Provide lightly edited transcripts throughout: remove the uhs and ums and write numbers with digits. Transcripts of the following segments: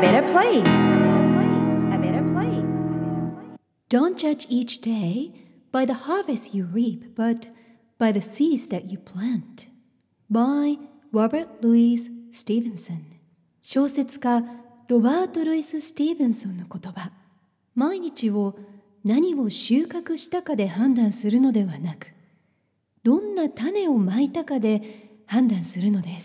better place. A better place. Don't judge each day by the harvest you reap, but by the seeds that you plant. By Robert Louis Stevenson。 小説家ロバート・ルイス・スティーブンソンの言葉。毎日を何を収穫したかで判断するのではなく、どんな種をまいたかで判断するのです。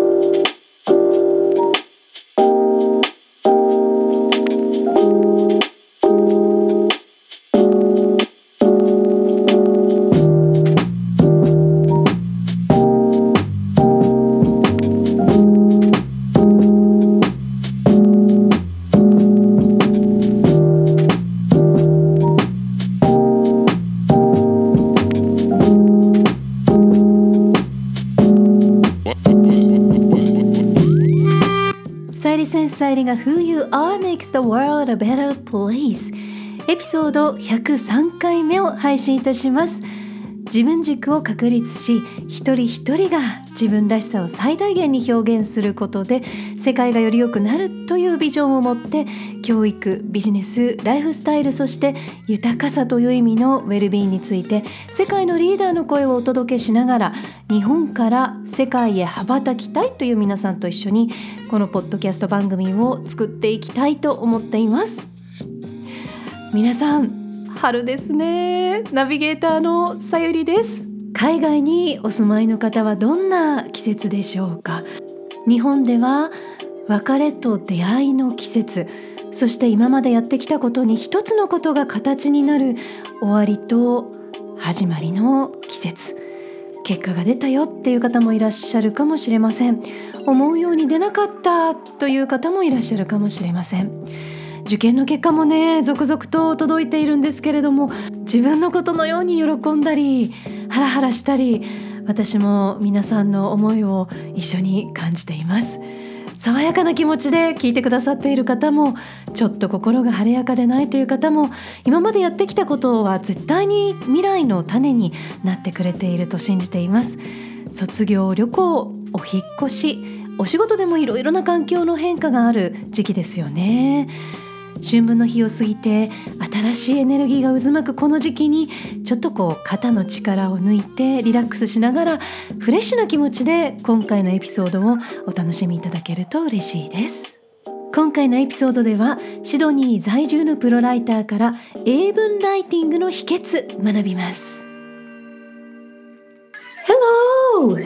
さゆりセンスさゆりが Who You Are Makes the World a Better Place エピソード103回目を配信いたします。自分軸を確立し、一人一人が自分らしさを最大限に表現することで世界がより良くなるというビジョンを持って、教育、ビジネス、ライフスタイル、そして豊かさという意味のウェルビーンについて世界のリーダーの声をお届けしながら、日本から世界へ羽ばたきたいという皆さんと一緒にこのポッドキャスト番組を作っていきたいと思っています。皆さん、春ですね。ナビゲーターのさゆりです。海外にお住まいの方はどんな季節でしょうか。日本では別れと出会いの季節、そして今までやってきたことに一つのことが形になる終わりと始まりの季節。結果が出たよっていう方もいらっしゃるかもしれません。思うように出なかったという方もいらっしゃるかもしれません。受験の結果もね、続々と届いているんですけれども、自分のことのように喜んだりハラハラしたり、私も皆さんの思いを一緒に感じています。爽やかな気持ちで聞いてくださっている方も、ちょっと心が晴れやかでないという方も、今までやってきたことは絶対に未来の種になってくれていると信じています。卒業、旅行、お引っ越し、お仕事でもいろいろな環境の変化がある時期ですよね。春分の日を過ぎて新しいエネルギーが渦巻くこの時期に、ちょっと肩の力を抜いてリラックスしながらフレッシュな気持ちで今回のエピソードをお楽しみいただけると嬉しいです。今回のエピソードではシドニー在住のプロライターから英文ライティングの秘訣学びます。 Hello!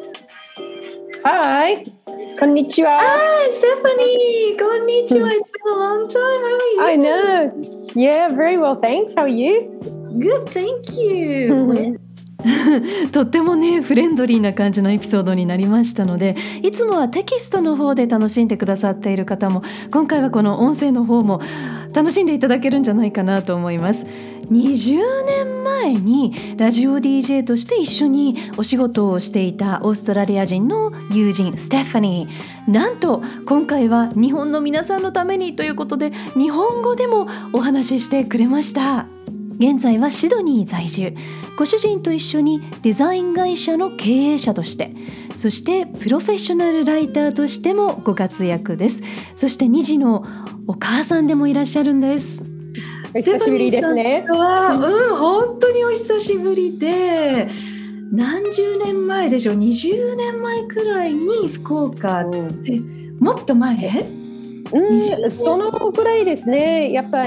Hi! こんにちは。 Hi, Stephanie! こんにちは。It's been a long time. How are you? I know. Yeah, very well, thanks. How are you? Good, thank you. とってもね、フレンドリーな感じのエピソードになりましたので、いつもはテキストの方で楽しんでくださっている方も、今回はこの音声の方も楽しんでいただけるんじゃないかなと思います。20年前にラジオ DJ として一緒にお仕事をしていたオーストラリア人の友人ステファニー、なんと今回は日本の皆さんのためにということで日本語でもお話ししてくれました。現在はシドニー在住、ご主人と一緒にデザイン会社の経営者として、そしてプロフェッショナルライターとしてもご活躍です。そして2児のお母さんでもいらっしゃるんです。 お久しぶりですね。 本当にお久しぶりで、何十年前でしょう、20年前くらいに福岡で、もっと前？ そのくらいですね。やっぱ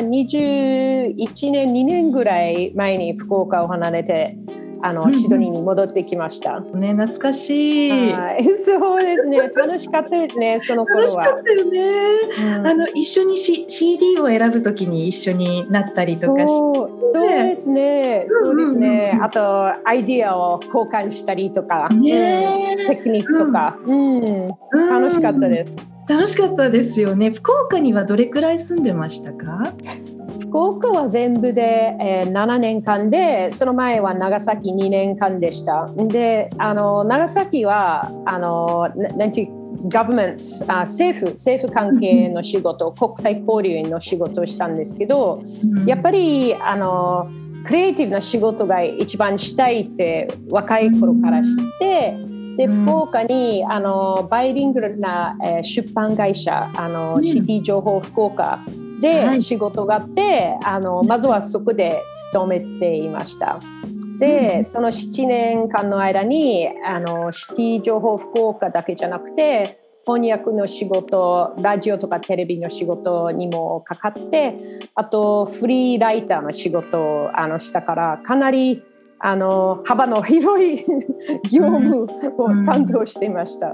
21年2年ぐらい前に福岡を離れてシドニーに戻ってきました、 ね、懐かしい。 そうですね、楽しかったですね。その頃は楽しかったよね、一緒に、CD を選ぶときに一緒になったりとかして、 そうですね、そうですね、あとアイディアを交換したりとか、テクニックとか、楽しかったです。 楽しかったですよね。福岡にはどれくらい住んでましたか？ 福岡は全部で、7年間で、その前は長崎2年間でした。で、長崎はなんていう政府関係の仕事、国際交流の仕事をしたんですけど、やっぱりクリエイティブな仕事が一番したいって若い頃から知って、 で福岡にバイリンガルな、出版会社シティ情報福岡で仕事があって、まずはそこで勤めていました。でその7年間の間にシティ情報福岡だけじゃなくて翻訳の仕事、ラジオとかテレビの仕事にもかかって、あとフリーライターの仕事をしたから、かなり幅の広い業務を担当していました。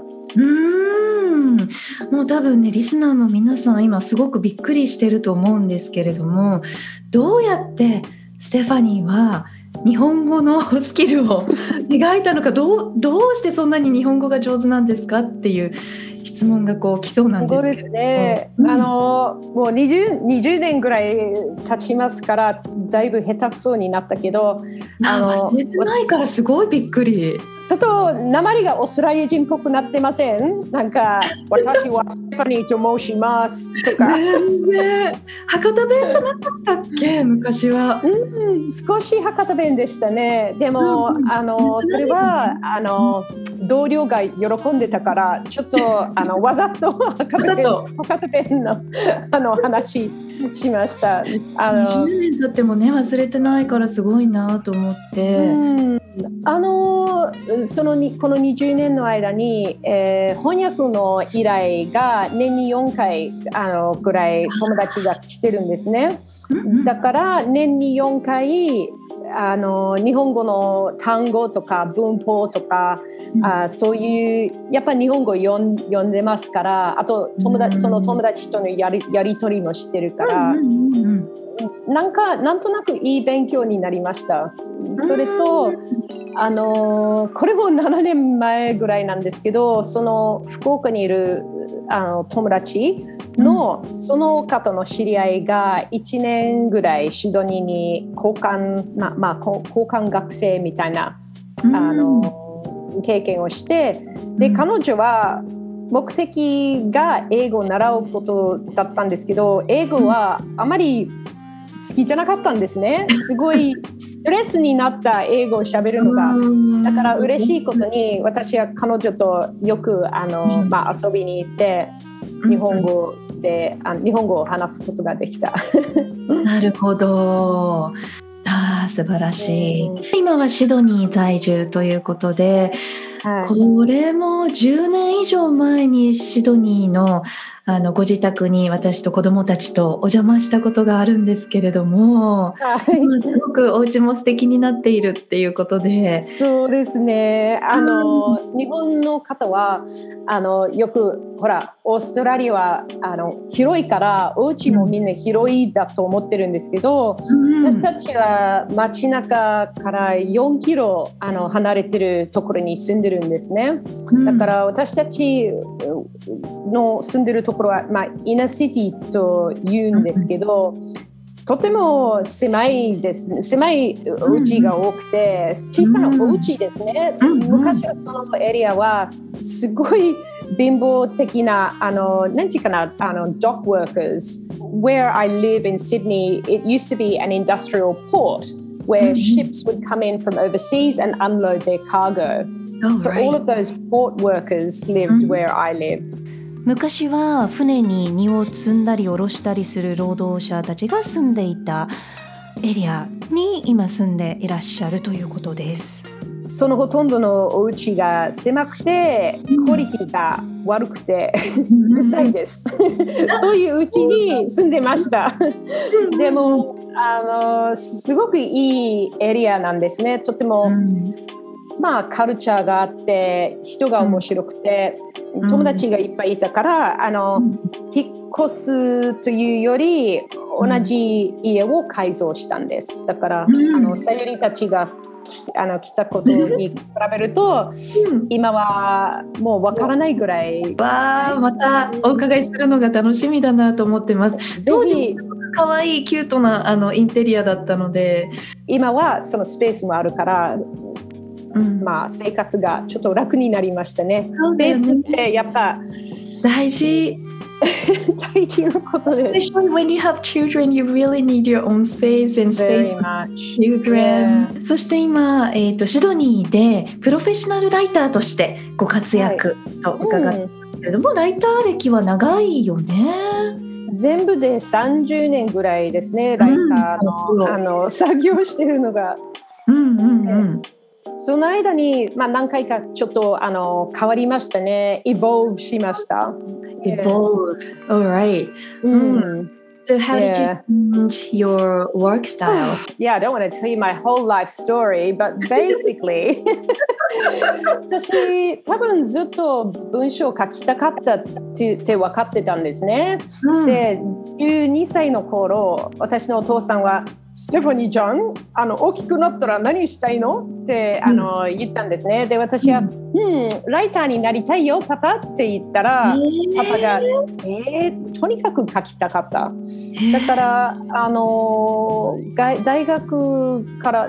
もう多分ねリスナーの皆さん今すごくびっくりしてると思うんですけれども、どうやってステファニーは日本語のスキルを磨いたのか、どうしてそんなに日本語が上手なんですかっていう質問が来そうなんですけど。 そうですね、もう20年ぐらい経ちますからだいぶ下手くそになったけど、 忘れてないからすごいびっくり。 ちょっと訛りがオーストラリア人っぽくなってません？なんか私はステファニーと申しますとか。 全然博多弁じゃなかったっけ昔は。 少し博多弁でしたね。でも、それは同僚が喜んでたからちょっとわざと博多弁の話しました。 20年経ってもね忘れてないからすごいなと思って。 この20年の間に、翻訳の依頼が年に4回ぐらい友達が来てるんですね。だから年に4回日本語の単語とか文法とか、そういうやっぱり日本語読んでますから、あとその友達とのやり取りもしてるから、なんとなくいい勉強になりました。それとこれも7年前ぐらいなんですけど、その福岡にいる友達のその方の知り合いが1年ぐらいシドニーに交換学生みたいな経験をして、で彼女は目的が英語を習うことだったんですけど、英語はあまり好きじゃなかったんですね。すごいストレスになった英語を喋るのが。だから嬉しいことに私は彼女とよく遊びに行って日本語を話すことができた。 なるほど。素晴らしい。今はシドニー在住ということで、これも10年以上前にシドニーのご自宅に私と子どもたちとお邪魔したことがあるんですけれども、すごくお家も素敵になっているっていうことで。 そうですね。日本の方はよくほらオーストラリアは広いからお家もみんな広いだと思ってるんですけど、私たちは街中から4キロ離れてるところに住んでるんですね。だから私たちの住んでるところは、イナシティと言うんですけど、とても狭いです。狭いお家が多くて、小さなお家ですね。昔はそのエリアはすごい貧乏的な何ていうかなdock workers. Where I live in Sydney, it used to be an industrial port where ships would come in from overseas and unload their cargo. So all of those port workers lived where I live. 昔は船に荷を積んだり下ろしたりする労働者たちが住んでいたエリアに今住んでいらっしゃるということです。 そのほとんどのお家が狭くてクオリティが悪くてうるさいです。そういう家に住んでました。でもすごくいいエリアなんですね。とてもカルチャーがあって人が面白くて、友達がいっぱいいたから引っ越すというより同じ家を改造したんです。だからさゆりたちが来たことに比べると、今はもうわからないぐらい。 またお伺いするのが楽しみだなと思ってます。当時可愛いキュートなインテリアだったので、 今はそのスペースもあるから生活がちょっと楽になりましたね。スペースってやっぱ大事。 大事なことです。 Especially when you have children, you really need your own space and space Very for much. children. Yeah. そして今、シドニーでプロフェッショナルライターとしてご活躍と伺ってますけれども、ライター歴は長いよね。 全部で30年ぐらいですね、ライターの、作業してるのが。その間に、何回かちょっと変わりましたね。evolve しました。 Evolve. All right. So how did you change your work style? Yeah, I don't want to tell you my whole life story, but basically 私多分ずっと文章を書きたかったって分かってたんですね。で、12歳の頃、私のお父さんはステファニーちゃん、大きくなったら何したいのって言ったんですね。で、私は、ライターになりたいよ、パパって言ったら、パパが、とにかく書きたかった。だから、大学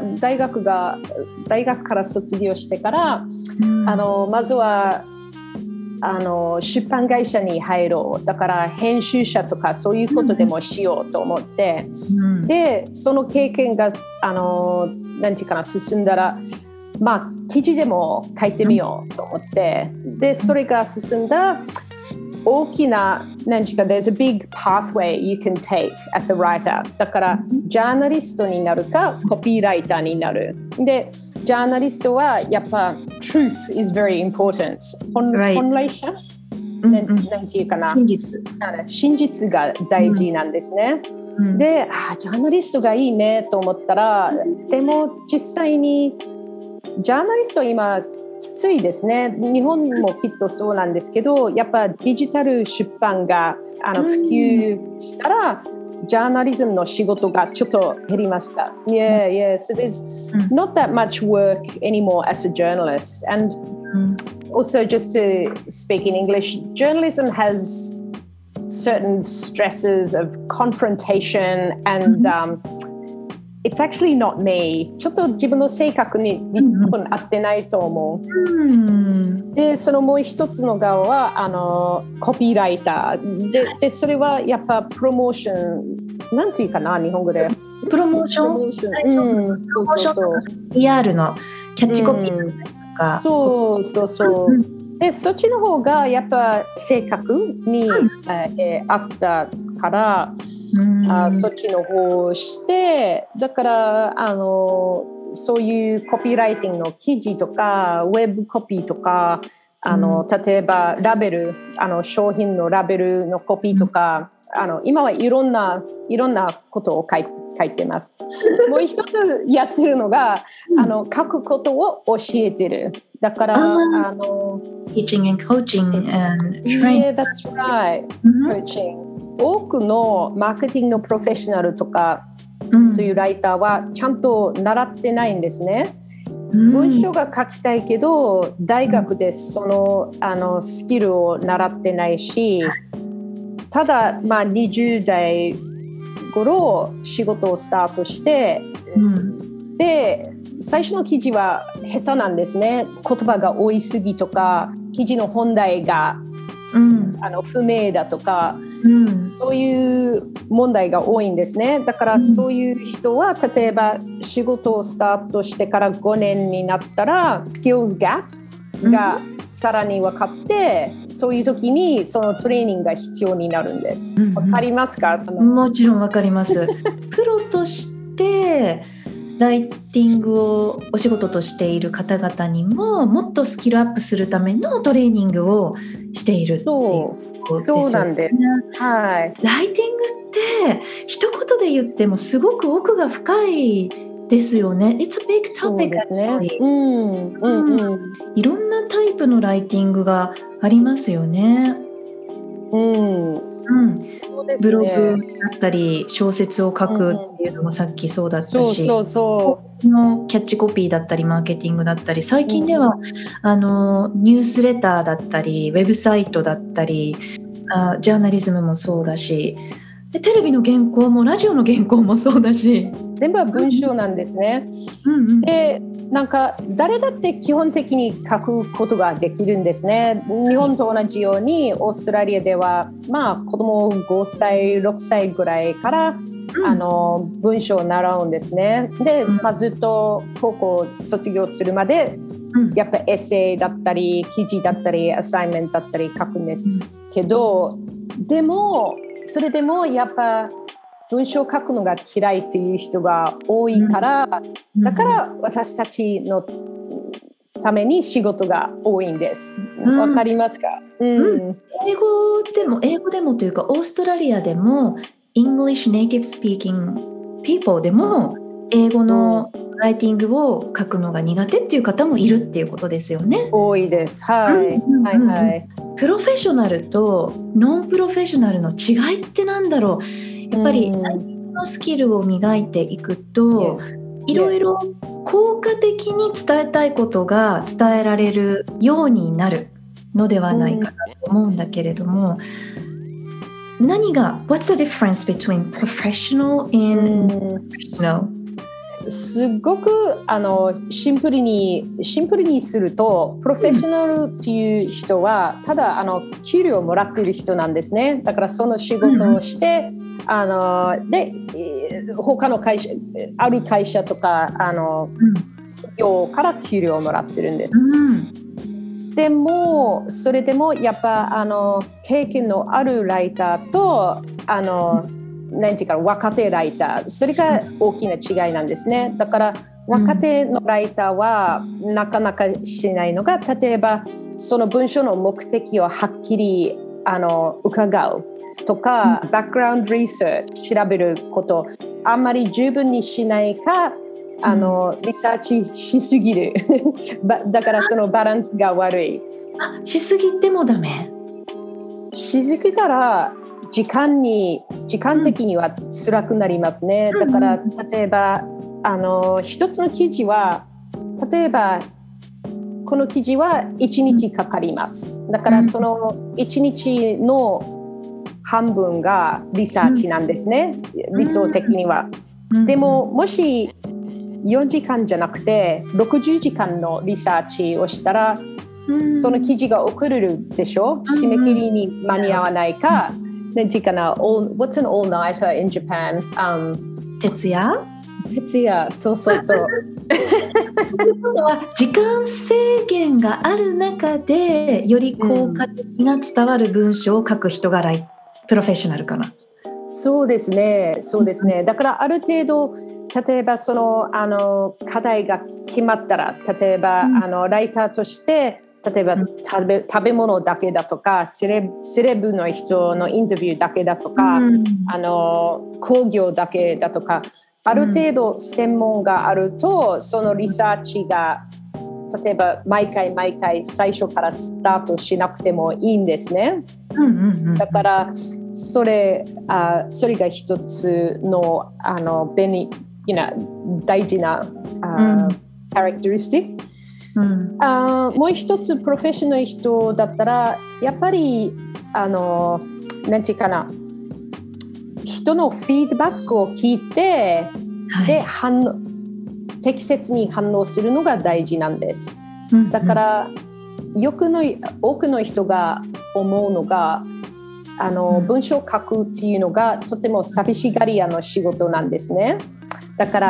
から卒業してから、まずは、出版会社に入ろう。だから編集者とかそういうことでもしようと思って、でその経験が何ていうかな進んだら記事でも書いてみようと思って、でそれが進んだ大きな何ていうか There's a big pathway you can take as a writer。 だからジャーナリストになるかコピーライターになる。でジャーナリストはやっぱ truth is very important。 本来者、何ていうかな、真実が大事なんですね。で、ジャーナリストがいいねと思ったら、でも実際にジャーナリスト今きついですね。日本もきっとそうなんですけど、やっぱデジタル出版が普及したらジャーナリズムの仕事がちょっと減りました。Yeah. So there's not that much work anymore as a journalist. And also, just to speak in English, journalism has certain stresses of confrontation and it's actually not me. ちょっと自分の性格に合ってないと思う。で、そのもう一つの側はコピーライターで、それはやっぱプロモーション、なんていうかな日本語で。 プロモーション。そう。PR のキャッチコピーとか。そう。 で、そっちの方がやっぱ性格に合ったから。そっちの方をして、だからそういうコピーライティングの記事とかウェブコピーとか例えばラベル商品のラベルのコピーとか今はいろんなことを書いてます。もう一つやってるのが書くことを教えてる。だから Teaching and coaching and training. Yeah, that's right. Coaching.多くのマーケティングのプロフェッショナルとか、そういうライターはちゃんと習ってないんですね。文章が書きたいけど大学でその、スキルを習ってないし、ただ、20代頃仕事をスタートして、で最初の記事は下手なんですね。言葉が多いすぎとか記事の本題が不明だとか、そういう問題が多いんですね。だからそういう人は例えば仕事をスタートしてから5年になったらスキルズギャップがさらに分かって、そういう時にそのトレーニングが必要になるんです。わかりますか？ もちろんわかります。プロとしてライティングをお仕事としている方々にももっとスキルアップするためのトレーニングをしているっていうことですよね。 そうなんです。はい。 ライティングって一言で言ってもすごく奥が深いですよね。It's a big topic. そうですね。 いろんなタイプのライティングがありますよね。 そうですね、 ブログだったり小説を書くっていうのもさっきそうだったし、のキャッチコピーだったりマーケティングだったり、最近では、ニュースレターだったりウェブサイトだったりジャーナリズムもそうだし、 テレビの原稿もラジオの原稿もそうだし、 全部は文章なんですね。で、なんか誰だって基本的に書くことができるんですね。日本と同じようにオーストラリアでは、子供5歳6歳ぐらいから、文章を習うんですね。で、ずっと高校卒業するまで、やっぱエッセイだったり記事だったりアサイメントだったり書くんですけど、でもそれでもやっぱ文章を書くのが嫌いっていう人が多いから、だから私たちのために仕事が多いんです。わかりますか？ 英語でもというか、オーストラリアでもEnglish native speaking people でも英語のライティングを書くのが苦手っていう方もいるっていうことですよね。 多いです。はい。 プロフェッショナルとノンプロフェッショナルの違いってなんだろう。やっぱりライティングのスキルを磨いていくと、いろいろ効果的に伝えたいことが伝えられるようになるのではないかなと思うんだけれども、What's the difference between professional and professional? すごくシンプルにすると、プロフェッショナルっていう人はただ給料をもらっている人なんですね。だからその仕事をして、で他の会社、ある会社とか企業から給料をもらってるんです。でもそれでもやっぱ経験のあるライターと何ていうか若手ライター、それが大きな違いなんですね。だから若手のライターはなかなかしないのが、例えばその文章の目的をはっきり伺うとか、バックグラウンドリサーチ調べることあんまり十分にしないか、リサーチしすぎるだからそのバランスが悪い。 しすぎてもダメ？ しすぎたら時間的には辛くなりますね。だから例えば一つの記事は、例えばこの記事は1日かかります。だからその1日の半分がリサーチなんですね、理想的には。でももし4時間じゃなくて60時間のリサーチをしたら、その記事が送れるでしょ。締め切りに間に合わないか、時間は What's an all-nighter in Japan? 徹夜、 そうそうそう。 時間制限がある中でより効果的な伝わる文章を書く人がプロフェッショナルかな。 そうですね。だからある程度、例えばその課題が決まったら、例えばライターとして例えば食べ物だけだとか、セレブの人のインタビューだけだとか、工業だけだとか、ある程度専門があると、そのリサーチが例えば毎回最初からスタートしなくてもいいんですね。だからそれが一つの大事なcharacteristic。もう一つプロフェッショナル人だったら、やっぱりなんていうかな、人のフィードバックを聞いて、で適切に反応するのが大事なんです。だから多くの人が思うのが、文章を書くっていうのがとても寂しがり屋の仕事なんですね。だから、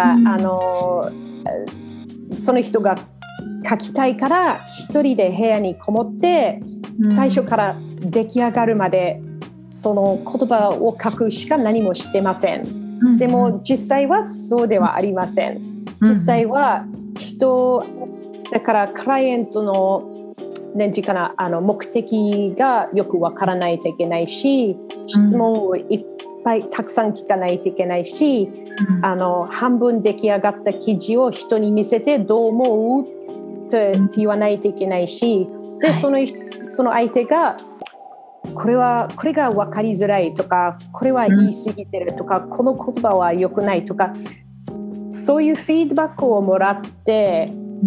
その人が書きたいから一人で部屋にこもって、最初から出来上がるまでその言葉を書くしか何もしてません。でも実際はそうではありません。実際はだからクライアントの目的がよくわからないといけないし、質問をいっぱいたくさん聞かないといけないし、半分出来上がった記事を人に見せてどう思うって言わないといけないし、でその相手がこれが分かりづらいとか、これは言い過ぎてるとか、この言葉は良くないとか、そういうフィードバックをもら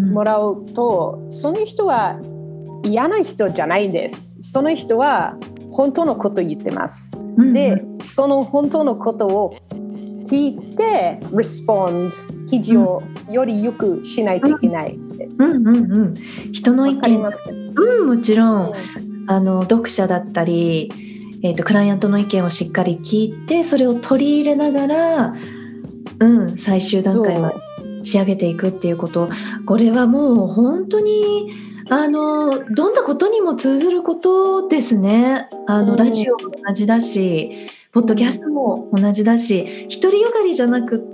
うと、その人は嫌な人じゃないんです。その人は本当のことを言ってます。 うん、 で、その本当のことを聞いて、respond、記事をよりよくしないといけないです。 人の意見、もちろん、読者だったり、クライアントの意見をしっかり聞いて、それを取り入れながら、最終段階まで仕上げていくっていうこと、これはもう本当にどんなことにも通ずることですね。ラジオも同じだし、ポッドキャストも同じだし、独りよがりじゃなくって、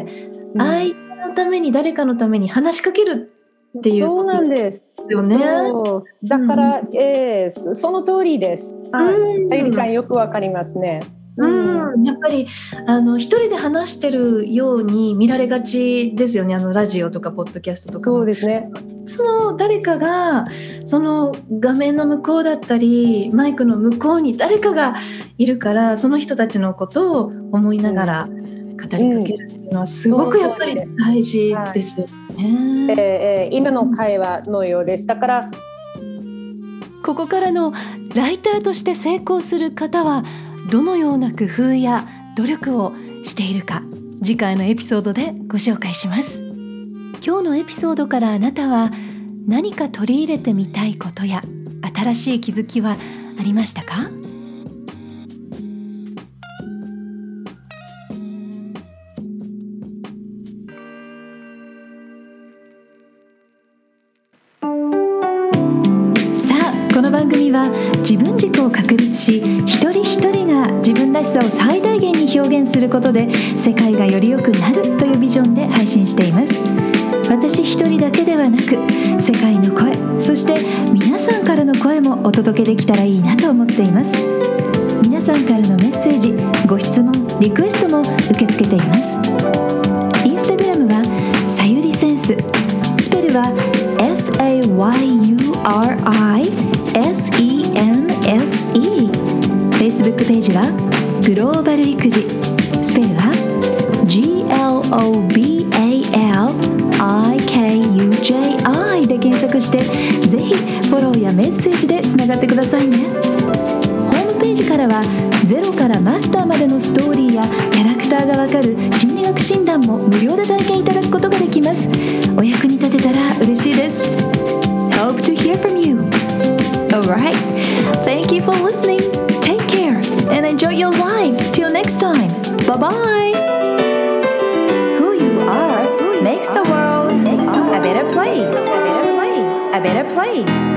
相手のために、誰かのために話しかけるっていうそうなんですよね。 だから、その通りです。さゆりさんよくわかりますね。 やっぱり一人で話してるように見られがちですよね。ラジオとかポッドキャストとかも。 そうですね。 その誰かがその画面の向こうだったりマイクの向こうに誰かがいるから、その人たちのことを思いながら語りかけるっていうのはすごくやっぱり大事ですよね。 今の会話のようです。だからここからのライターとして成功する方はどのような工夫や努力をしているか、次回のエピソードでご紹介します。今日のエピソードからあなたは何か取り入れてみたいことや新しい気づきはありましたか？この番組は自分軸を確立し、一人一人が自分らしさを最大限に表現することで世界がより良くなるというビジョンで配信しています。私一人だけではなく、世界の声、そして皆さんからの声もお届けできたらいいなと思っています。皆さんからのメッセージ、ご質問、リクエストも受け付けています。インスタグラムはさゆりセンス、スペルは SAYURISENSE。 Facebook ページはグローバル育児、スペルは GLOBALIKUJI で検索して、ぜひフォローやメッセージでつながってくださいね。ホームページからはゼロからマスターまでのストーリーやキャラクターがわかる心理学診断も無料で体験いただくことができます。お役に立てたら嬉しいです。 Hope to hear from you. Alright, thank you for listening. Take care and enjoy your life. Till next time. Bye bye. Who you are makes the world a better place. A better place.